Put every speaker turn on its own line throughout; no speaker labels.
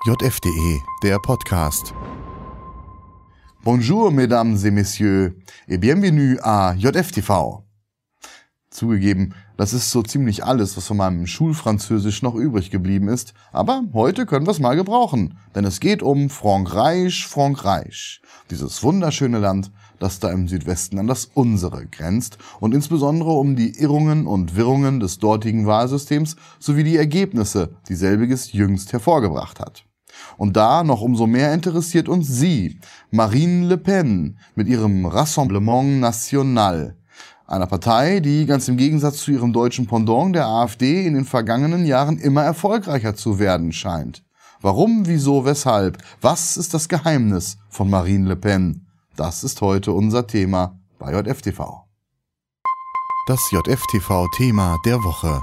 JF.de, der Podcast. Bonjour, mesdames et messieurs, et bienvenue à JF-TV. Zugegeben, das ist so ziemlich alles, was von meinem Schulfranzösisch noch übrig geblieben ist, aber heute können wir es mal gebrauchen, denn es geht um Frankreich, Frankreich, dieses wunderschöne Land, das da im Südwesten an das unsere grenzt und insbesondere um die Irrungen und Wirrungen des dortigen Wahlsystems sowie die Ergebnisse, die selbiges jüngst hervorgebracht hat. Und da noch umso mehr interessiert uns sie, Marine Le Pen, mit ihrem Rassemblement National, einer Partei, die ganz im Gegensatz zu ihrem deutschen Pendant, der AfD, in den vergangenen Jahren immer erfolgreicher zu werden scheint. Warum, wieso, weshalb? Was ist das Geheimnis von Marine Le Pen? Das ist heute unser Thema bei JF-TV. Das JF-TV-Thema der Woche.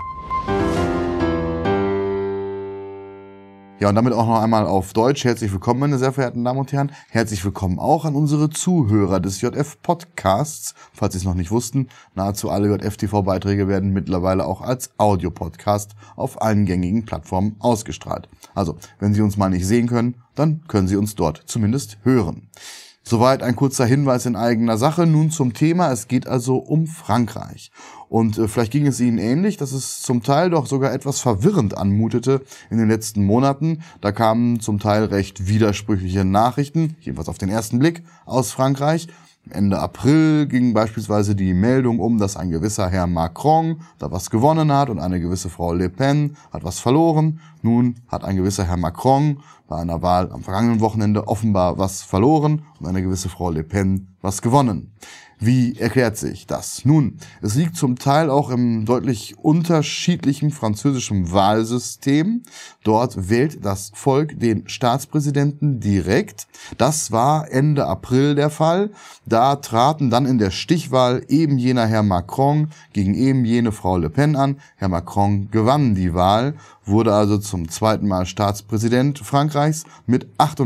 Ja, und damit auch noch einmal auf Deutsch. Herzlich willkommen, meine sehr verehrten Damen und Herren. Herzlich willkommen auch an unsere Zuhörer des JF-Podcasts. Falls Sie es noch nicht wussten, nahezu alle JF-TV-Beiträge werden mittlerweile auch als Audio-Podcast auf allen gängigen Plattformen ausgestrahlt. Also, wenn Sie uns mal nicht sehen können, dann können Sie uns dort zumindest hören. Soweit ein kurzer Hinweis in eigener Sache. Nun zum Thema. Es geht also um Frankreich. Und vielleicht ging es Ihnen ähnlich, dass es zum Teil doch sogar etwas verwirrend anmutete in den letzten Monaten. Da kamen zum Teil recht widersprüchliche Nachrichten, jedenfalls auf den ersten Blick, aus Frankreich. Ende April ging beispielsweise die Meldung um, dass ein gewisser Herr Macron da was gewonnen hat und eine gewisse Frau Le Pen hat was verloren. Nun hat ein gewisser Herr Macron bei einer Wahl am vergangenen Wochenende offenbar was verloren und eine gewisse Frau Le Pen was gewonnen. Wie erklärt sich das? Nun, es liegt zum Teil auch im deutlich unterschiedlichen französischen Wahlsystem. Dort wählt das Volk den Staatspräsidenten direkt. Das war Ende April der Fall. Da traten dann in der Stichwahl eben jener Herr Macron gegen eben jene Frau Le Pen an. Herr Macron gewann die Wahl, wurde also zum zweiten Mal Staatspräsident Frankreichs mit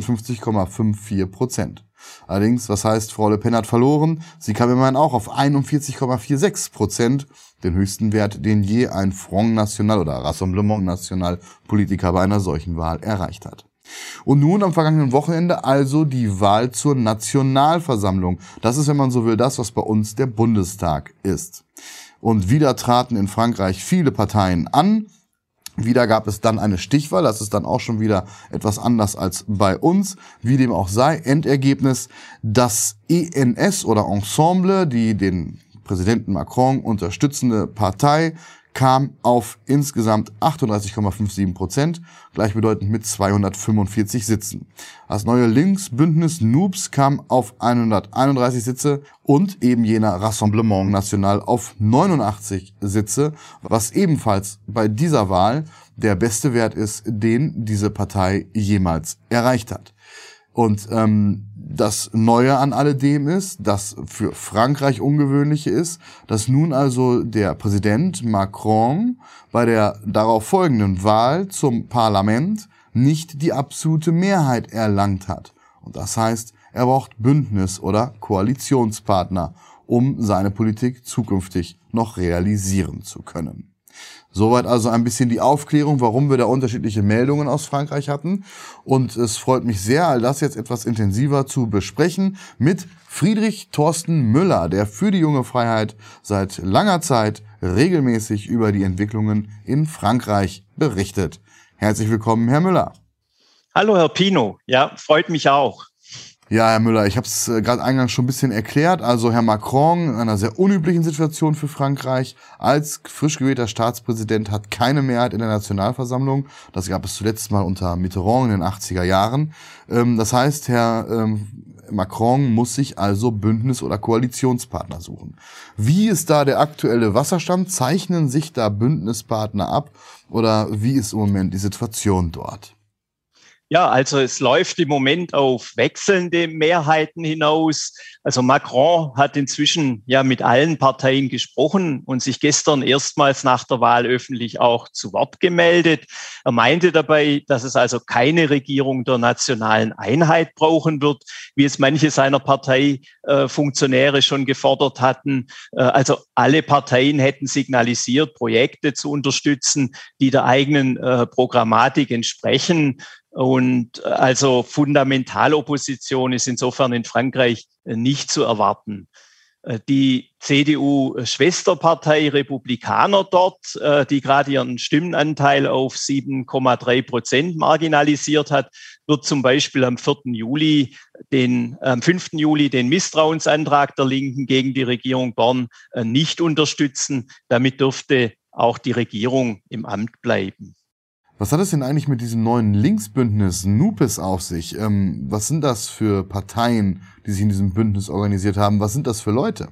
58,54%. Allerdings, was heißt, Frau Le Pen hat verloren? Sie kam immerhin auch auf 41,46%, den höchsten Wert, den je ein Front National oder Rassemblement National Politiker bei einer solchen Wahl erreicht hat. Und nun am vergangenen Wochenende also die Wahl zur Nationalversammlung. Das ist, wenn man so will, das, was bei uns der Bundestag ist. Und wieder traten in Frankreich viele Parteien an. Wieder gab es dann eine Stichwahl, das ist dann auch schon wieder etwas anders als bei uns. Wie dem auch sei, Endergebnis, das ENS oder Ensemble, die den Präsidenten Macron unterstützende Partei, kam auf insgesamt 38,57%, gleichbedeutend mit 245 Sitzen. Das neue Linksbündnis NUPS kam auf 131 Sitze und eben jener Rassemblement National auf 89 Sitze, was ebenfalls bei dieser Wahl der beste Wert ist, den diese Partei jemals erreicht hat. Und das Neue an alledem ist, das für Frankreich Ungewöhnliche ist, dass nun also der Präsident Macron bei der darauf folgenden Wahl zum Parlament nicht die absolute Mehrheit erlangt hat. Und das heißt, er braucht Bündnis- oder Koalitionspartner, um seine Politik zukünftig noch realisieren zu können. Soweit also ein bisschen die Aufklärung, warum wir da unterschiedliche Meldungen aus Frankreich hatten. Und es freut mich sehr, all das jetzt etwas intensiver zu besprechen mit Friedrich Thorsten Müller, der für die junge Freiheit seit langer Zeit regelmäßig über die Entwicklungen in Frankreich berichtet. Herzlich willkommen, Herr Müller.
Hallo, Herr Pino. Ja, freut mich auch.
Ja, Herr Müller, ich habe es gerade eingangs schon ein bisschen erklärt. Also Herr Macron in einer sehr unüblichen Situation für Frankreich als frisch gewählter Staatspräsident hat keine Mehrheit in der Nationalversammlung. Das gab es zuletzt mal unter Mitterrand in den 80er Jahren. Das heißt, Herr Macron muss sich also Bündnis- oder Koalitionspartner suchen. Wie ist da der aktuelle Wasserstand? Zeichnen sich da Bündnispartner ab oder wie ist im Moment die Situation dort?
Ja, also es läuft im Moment auf wechselnde Mehrheiten hinaus. Also Macron hat inzwischen ja mit allen Parteien gesprochen und sich gestern erstmals nach der Wahl öffentlich auch zu Wort gemeldet. Er meinte dabei, dass es also keine Regierung der nationalen Einheit brauchen wird, wie es manche seiner Parteifunktionäre schon gefordert hatten. Also alle Parteien hätten signalisiert, Projekte zu unterstützen, die der eigenen Programmatik entsprechen. Und also Fundamentalopposition ist insofern in Frankreich nicht zu erwarten. Die CDU-Schwesterpartei Republikaner dort, die gerade ihren Stimmenanteil auf 7,3% marginalisiert hat, wird zum Beispiel am 5. Juli den Misstrauensantrag der Linken gegen die Regierung Born nicht unterstützen. Damit dürfte auch die Regierung im Amt bleiben.
Was hat es denn eigentlich mit diesem neuen Linksbündnis NUPES auf sich? Was sind das für Parteien, die sich in diesem Bündnis organisiert haben? Was sind das für Leute?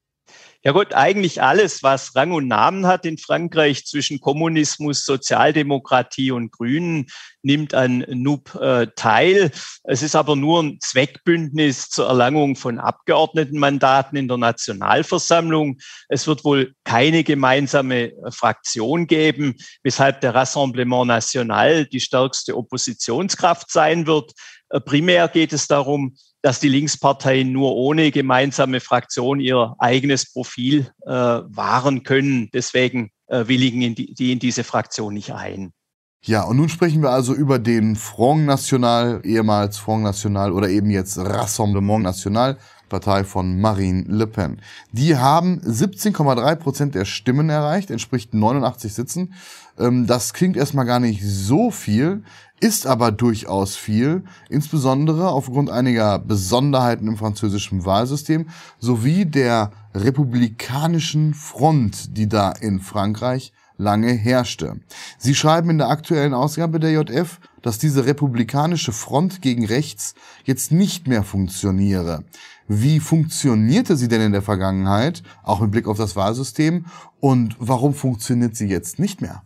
Ja gut, eigentlich alles, was Rang und Namen hat in Frankreich zwischen Kommunismus, Sozialdemokratie und Grünen, nimmt an NUP teil. Es ist aber nur ein Zweckbündnis zur Erlangung von Abgeordnetenmandaten in der Nationalversammlung. Es wird wohl keine gemeinsame Fraktion geben, weshalb der Rassemblement National die stärkste Oppositionskraft sein wird. Primär geht es darum, dass die Linksparteien nur ohne gemeinsame Fraktion ihr eigenes Profil wahren können. Deswegen willigen die in diese Fraktion nicht ein.
Ja, und nun sprechen wir also über den Front National, ehemals Front National oder eben jetzt Rassemblement National, Partei von Marine Le Pen. Die haben 17,3% der Stimmen erreicht, entspricht 89 Sitzen. Das klingt erstmal gar nicht so viel, ist aber durchaus viel, insbesondere aufgrund einiger Besonderheiten im französischen Wahlsystem sowie der republikanischen Front, die da in Frankreich lange herrschte. Sie schreiben in der aktuellen Ausgabe der JF, dass diese republikanische Front gegen rechts jetzt nicht mehr funktioniere. Wie funktionierte sie denn in der Vergangenheit, auch mit Blick auf das Wahlsystem, und warum funktioniert sie jetzt nicht mehr?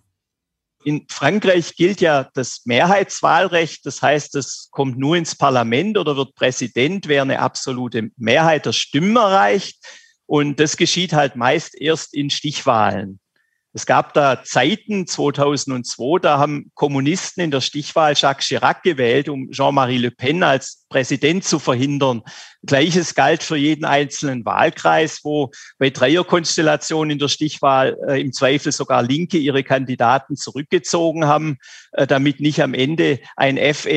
In Frankreich gilt ja das Mehrheitswahlrecht. Das heißt, es kommt nur ins Parlament oder wird Präsident, wer eine absolute Mehrheit der Stimmen erreicht. Und das geschieht halt meist erst in Stichwahlen. Es gab da Zeiten, 2002, da haben Kommunisten in der Stichwahl Jacques Chirac gewählt, um Jean-Marie Le Pen als Präsident zu verhindern. Gleiches galt für jeden einzelnen Wahlkreis, wo bei Dreierkonstellationen in der Stichwahl im Zweifel sogar Linke ihre Kandidaten zurückgezogen haben, damit nicht am Ende ein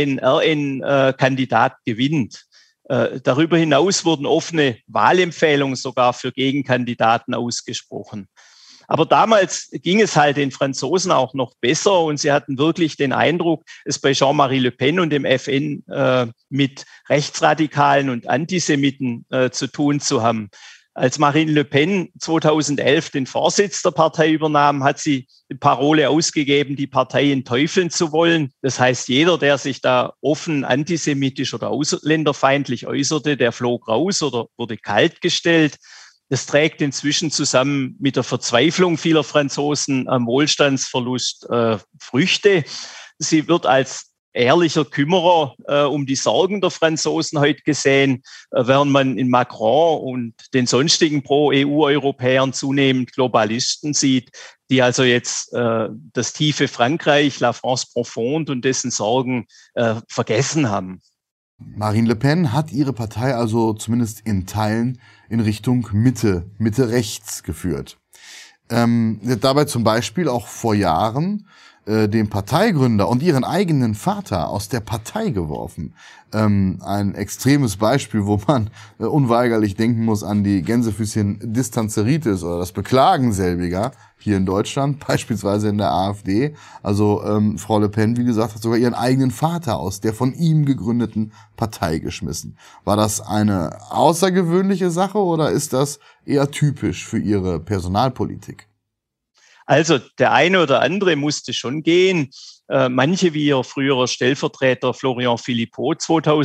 FNRN-Kandidat gewinnt. Darüber hinaus wurden offene Wahlempfehlungen sogar für Gegenkandidaten ausgesprochen. Aber damals ging es halt den Franzosen auch noch besser und sie hatten wirklich den Eindruck, es bei Jean-Marie Le Pen und dem FN mit Rechtsradikalen und Antisemiten zu tun zu haben. Als Marine Le Pen 2011 den Vorsitz der Partei übernahm, hat sie die Parole ausgegeben, die Partei entteufeln zu wollen. Das heißt, jeder, der sich da offen antisemitisch oder ausländerfeindlich äußerte, der flog raus oder wurde kaltgestellt. Das trägt inzwischen zusammen mit der Verzweiflung vieler Franzosen am Wohlstandsverlust Früchte. Sie wird als ehrlicher Kümmerer um die Sorgen der Franzosen heute gesehen, während man in Macron und den sonstigen Pro-EU-Europäern zunehmend Globalisten sieht, die also jetzt das tiefe Frankreich, la France profonde und dessen Sorgen vergessen haben.
Marine Le Pen hat ihre Partei also zumindest in Teilen in Richtung Mitte rechts geführt. Sie hat dabei zum Beispiel auch vor Jahren den Parteigründer und ihren eigenen Vater aus der Partei geworfen. Ein extremes Beispiel, wo man unweigerlich denken muss an die Gänsefüßchen Distanzeritis oder das Beklagen selbiger hier in Deutschland, beispielsweise in der AfD. Also Frau Le Pen, wie gesagt, hat sogar ihren eigenen Vater aus der von ihm gegründeten Partei geschmissen. War das eine außergewöhnliche Sache oder ist das eher typisch für ihre Personalpolitik?
Also der eine oder andere musste schon gehen. Manche, wie ihr früherer Stellvertreter Florian Philippot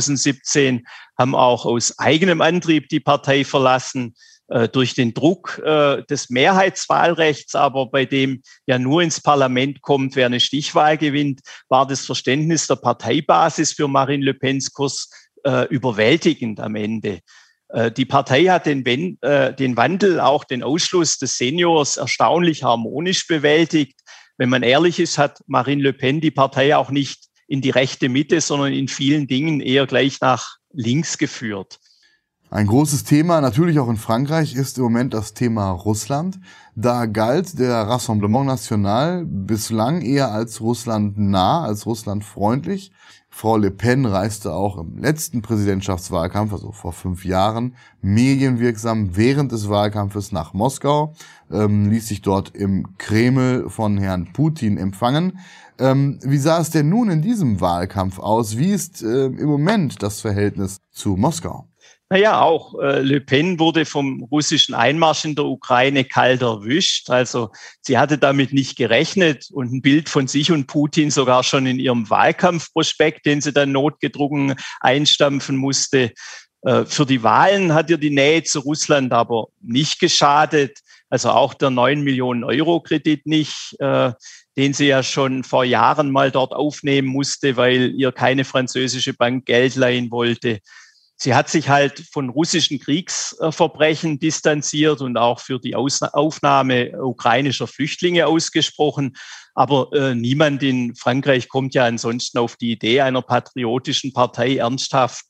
2017, haben auch aus eigenem Antrieb die Partei verlassen, durch den Druck des Mehrheitswahlrechts, aber bei dem ja nur ins Parlament kommt, wer eine Stichwahl gewinnt, war das Verständnis der Parteibasis für Marine Le Pens Kurs überwältigend am Ende. Die Partei hat den Wandel, auch den Ausschluss des Seniors erstaunlich harmonisch bewältigt. Wenn man ehrlich ist, hat Marine Le Pen die Partei auch nicht in die rechte Mitte, sondern in vielen Dingen eher gleich nach links geführt.
Ein großes Thema, natürlich auch in Frankreich, ist im Moment das Thema Russland. Da galt der Rassemblement National bislang eher als russlandnah, als russlandfreundlich. Frau Le Pen reiste auch im letzten Präsidentschaftswahlkampf, also vor 5 Jahren, medienwirksam während des Wahlkampfes nach Moskau, ließ sich dort im Kreml von Herrn Putin empfangen. Wie sah es denn nun in diesem Wahlkampf aus? Wie ist im Moment das Verhältnis zu Moskau?
Naja, auch Le Pen wurde vom russischen Einmarsch in der Ukraine kalt erwischt. Also sie hatte damit nicht gerechnet und ein Bild von sich und Putin sogar schon in ihrem Wahlkampfprospekt, den sie dann notgedrungen einstampfen musste. Für die Wahlen hat ihr die Nähe zu Russland aber nicht geschadet. Also auch der 9 Millionen Euro Kredit nicht, den sie ja schon vor Jahren mal dort aufnehmen musste, weil ihr keine französische Bank Geld leihen wollte. Sie hat sich halt von russischen Kriegsverbrechen distanziert und auch für die Aufnahme ukrainischer Flüchtlinge ausgesprochen. Aber niemand in Frankreich kommt ja ansonsten auf die Idee, einer patriotischen Partei ernsthaft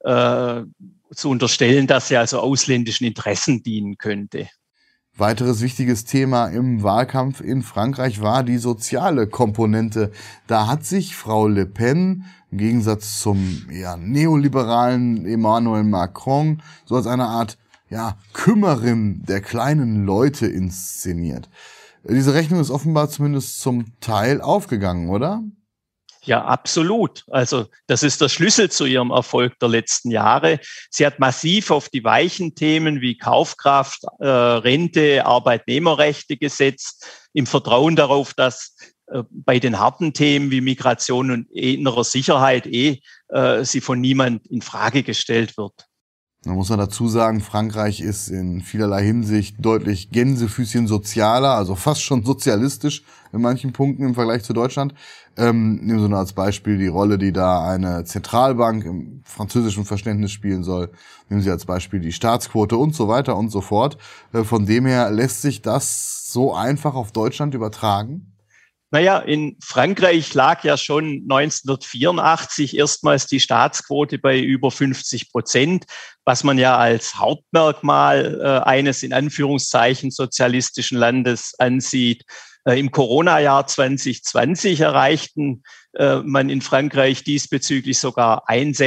zu unterstellen, dass sie also ausländischen Interessen dienen könnte.
Weiteres wichtiges Thema im Wahlkampf in Frankreich war die soziale Komponente. Da hat sich Frau Le Pen im Gegensatz zum neoliberalen Emmanuel Macron so als eine Art Kümmerin der kleinen Leute inszeniert. Diese Rechnung ist offenbar zumindest zum Teil aufgegangen, oder?
Ja, absolut. Also das ist der Schlüssel zu ihrem Erfolg der letzten Jahre. Sie hat massiv auf die weichen Themen wie Kaufkraft, Rente, Arbeitnehmerrechte gesetzt, im Vertrauen darauf, dass bei den harten Themen wie Migration und innerer Sicherheit sie von niemand in Frage gestellt wird.
Da muss man dazu sagen, Frankreich ist in vielerlei Hinsicht deutlich Gänsefüßchen sozialer, also fast schon sozialistisch in manchen Punkten im Vergleich zu Deutschland. Nehmen Sie nur als Beispiel die Rolle, die da eine Zentralbank im französischen Verständnis spielen soll. Nehmen Sie als Beispiel die Staatsquote und so weiter und so fort. Von dem her lässt sich das so einfach auf Deutschland übertragen?
Naja, in Frankreich lag ja schon 1984 erstmals die Staatsquote bei über 50%, was man ja als Hauptmerkmal eines in Anführungszeichen sozialistischen Landes ansieht. Im Corona-Jahr 2020 erreichten man in Frankreich diesbezüglich sogar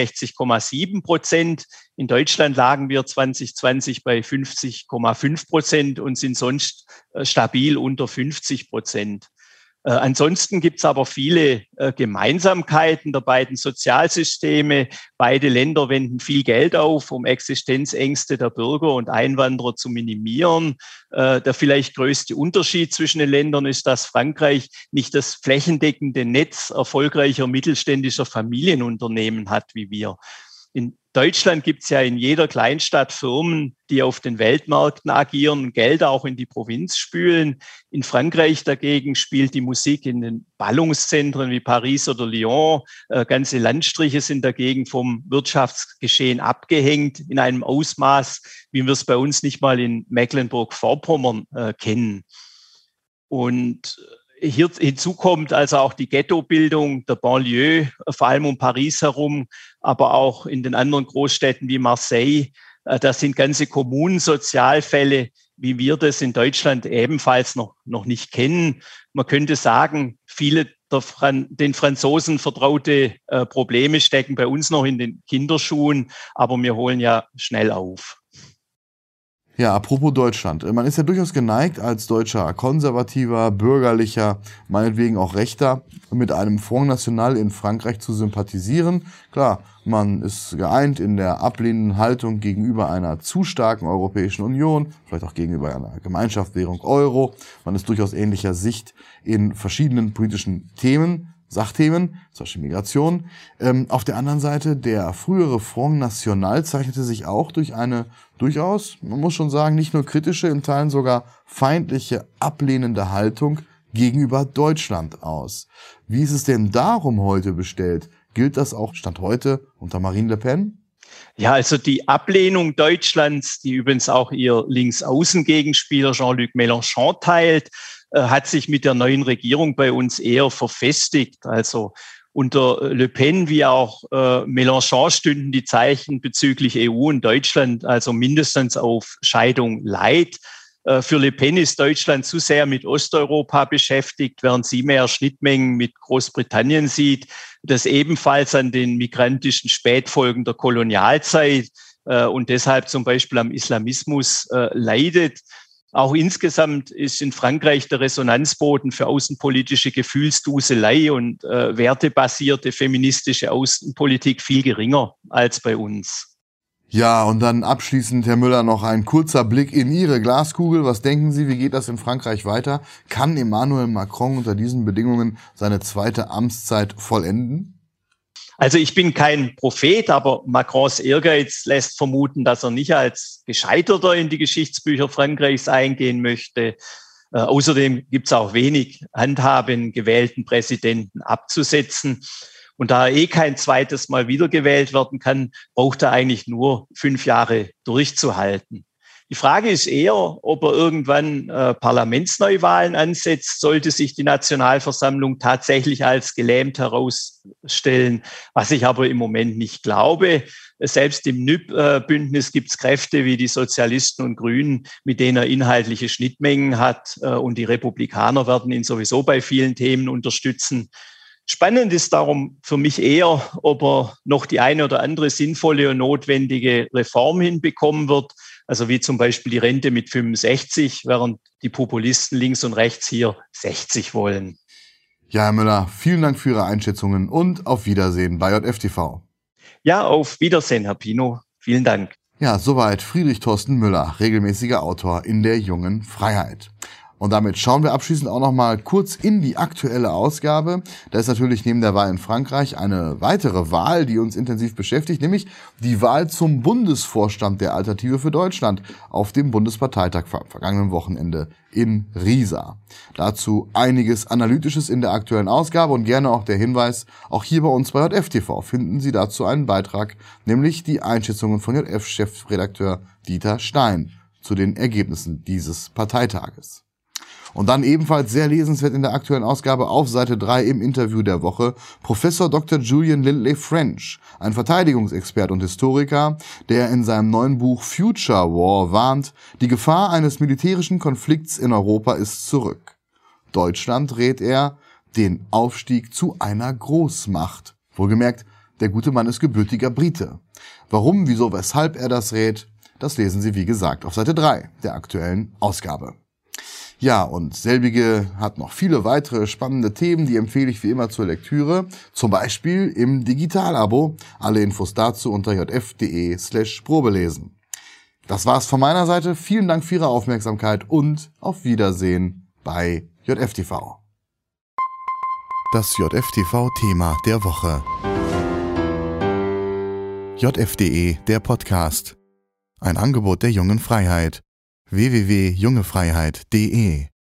61,7%. In Deutschland lagen wir 2020 bei 50,5% und sind sonst stabil unter 50%. Ansonsten gibt es aber viele Gemeinsamkeiten der beiden Sozialsysteme. Beide Länder wenden viel Geld auf, um Existenzängste der Bürger und Einwanderer zu minimieren. Der vielleicht größte Unterschied zwischen den Ländern ist, dass Frankreich nicht das flächendeckende Netz erfolgreicher mittelständischer Familienunternehmen hat wie wir. In Deutschland gibt es ja in jeder Kleinstadt Firmen, die auf den Weltmärkten agieren und Geld auch in die Provinz spülen. In Frankreich dagegen spielt die Musik in den Ballungszentren wie Paris oder Lyon. Ganze Landstriche sind dagegen vom Wirtschaftsgeschehen abgehängt in einem Ausmaß, wie wir es bei uns nicht mal in Mecklenburg-Vorpommern kennen. Und hinzu kommt also auch die Ghettobildung der Banlieue, vor allem um Paris herum, aber auch in den anderen Großstädten wie Marseille. Das sind ganze Kommunensozialfälle, wie wir das in Deutschland ebenfalls noch nicht kennen. Man könnte sagen, viele den Franzosen vertraute Probleme stecken bei uns noch in den Kinderschuhen, aber wir holen ja schnell auf.
Ja, apropos Deutschland. Man ist ja durchaus geneigt, als deutscher konservativer, bürgerlicher, meinetwegen auch Rechter, mit einem Front National in Frankreich zu sympathisieren. Klar, man ist geeint in der ablehnenden Haltung gegenüber einer zu starken Europäischen Union, vielleicht auch gegenüber einer Gemeinschaftswährung Euro. Man ist durchaus ähnlicher Sicht in verschiedenen politischen Themen, Sachthemen, zum Beispiel Migration. Auf der anderen Seite, der frühere Front National zeichnete sich auch durch eine durchaus, man muss schon sagen, nicht nur kritische, in Teilen sogar feindliche, ablehnende Haltung gegenüber Deutschland aus. Wie ist es denn darum heute bestellt? Gilt das auch Stand heute unter Marine Le Pen?
Ja, also die Ablehnung Deutschlands, die übrigens auch ihr Linksaußen-Gegenspieler Jean-Luc Mélenchon teilt, hat sich mit der neuen Regierung bei uns eher verfestigt. Also unter Le Pen wie auch Mélenchon stünden die Zeichen bezüglich EU und Deutschland also mindestens auf Scheidung Light. Für Le Pen ist Deutschland zu sehr mit Osteuropa beschäftigt, während sie mehr Schnittmengen mit Großbritannien sieht, das ebenfalls an den migrantischen Spätfolgen der Kolonialzeit und deshalb zum Beispiel am Islamismus leidet. Auch insgesamt ist in Frankreich der Resonanzboden für außenpolitische Gefühlsduselei und wertebasierte feministische Außenpolitik viel geringer als bei uns.
Ja, und dann abschließend, Herr Müller, noch ein kurzer Blick in Ihre Glaskugel. Was denken Sie, wie geht das in Frankreich weiter? Kann Emmanuel Macron unter diesen Bedingungen seine zweite Amtszeit vollenden?
Also ich bin kein Prophet, aber Macrons Ehrgeiz lässt vermuten, dass er nicht als Gescheiterter in die Geschichtsbücher Frankreichs eingehen möchte. Außerdem gibt es auch wenig Handhabe, einen gewählten Präsidenten abzusetzen. Und da er kein zweites Mal wiedergewählt werden kann, braucht er eigentlich nur 5 Jahre durchzuhalten. Die Frage ist eher, ob er irgendwann Parlamentsneuwahlen ansetzt, sollte sich die Nationalversammlung tatsächlich als gelähmt herausstellen, was ich aber im Moment nicht glaube. Selbst im NÜP-Bündnis gibt es Kräfte wie die Sozialisten und Grünen, mit denen er inhaltliche Schnittmengen hat, und die Republikaner werden ihn sowieso bei vielen Themen unterstützen. Spannend ist darum für mich eher, ob er noch die eine oder andere sinnvolle und notwendige Reform hinbekommen wird, also wie zum Beispiel die Rente mit 65, während die Populisten links und rechts hier 60 wollen.
Ja, Herr Müller, vielen Dank für Ihre Einschätzungen und auf Wiedersehen bei JFTV.
Ja, auf Wiedersehen, Herr Pino. Vielen Dank.
Ja, soweit Friedrich Thorsten Müller, regelmäßiger Autor in der Jungen Freiheit. Und damit schauen wir abschließend auch noch mal kurz in die aktuelle Ausgabe. Da ist natürlich neben der Wahl in Frankreich eine weitere Wahl, die uns intensiv beschäftigt, nämlich die Wahl zum Bundesvorstand der Alternative für Deutschland auf dem Bundesparteitag am vergangenen Wochenende in Riesa. Dazu einiges Analytisches in der aktuellen Ausgabe und gerne auch der Hinweis, auch hier bei uns bei JFTV finden Sie dazu einen Beitrag, nämlich die Einschätzungen von JF-Chefredakteur Dieter Stein zu den Ergebnissen dieses Parteitages. Und dann ebenfalls sehr lesenswert in der aktuellen Ausgabe auf Seite 3 im Interview der Woche Professor Dr. Julian Lindley French, ein Verteidigungsexpert und Historiker, der in seinem neuen Buch Future War warnt, die Gefahr eines militärischen Konflikts in Europa ist zurück. Deutschland rät er den Aufstieg zu einer Großmacht. Wohlgemerkt, der gute Mann ist gebürtiger Brite. Warum, wieso, weshalb er das rät, das lesen Sie wie gesagt auf Seite 3 der aktuellen Ausgabe. Ja, und selbige hat noch viele weitere spannende Themen, die empfehle ich wie immer zur Lektüre, zum Beispiel im Digitalabo. Alle Infos dazu unter jf.de/probelesen. Das war's von meiner Seite. Vielen Dank für Ihre Aufmerksamkeit und auf Wiedersehen bei JFTV. Das JFTV-Thema der Woche. JF.de, der Podcast. Ein Angebot der Jungen Freiheit. www.jungefreiheit.de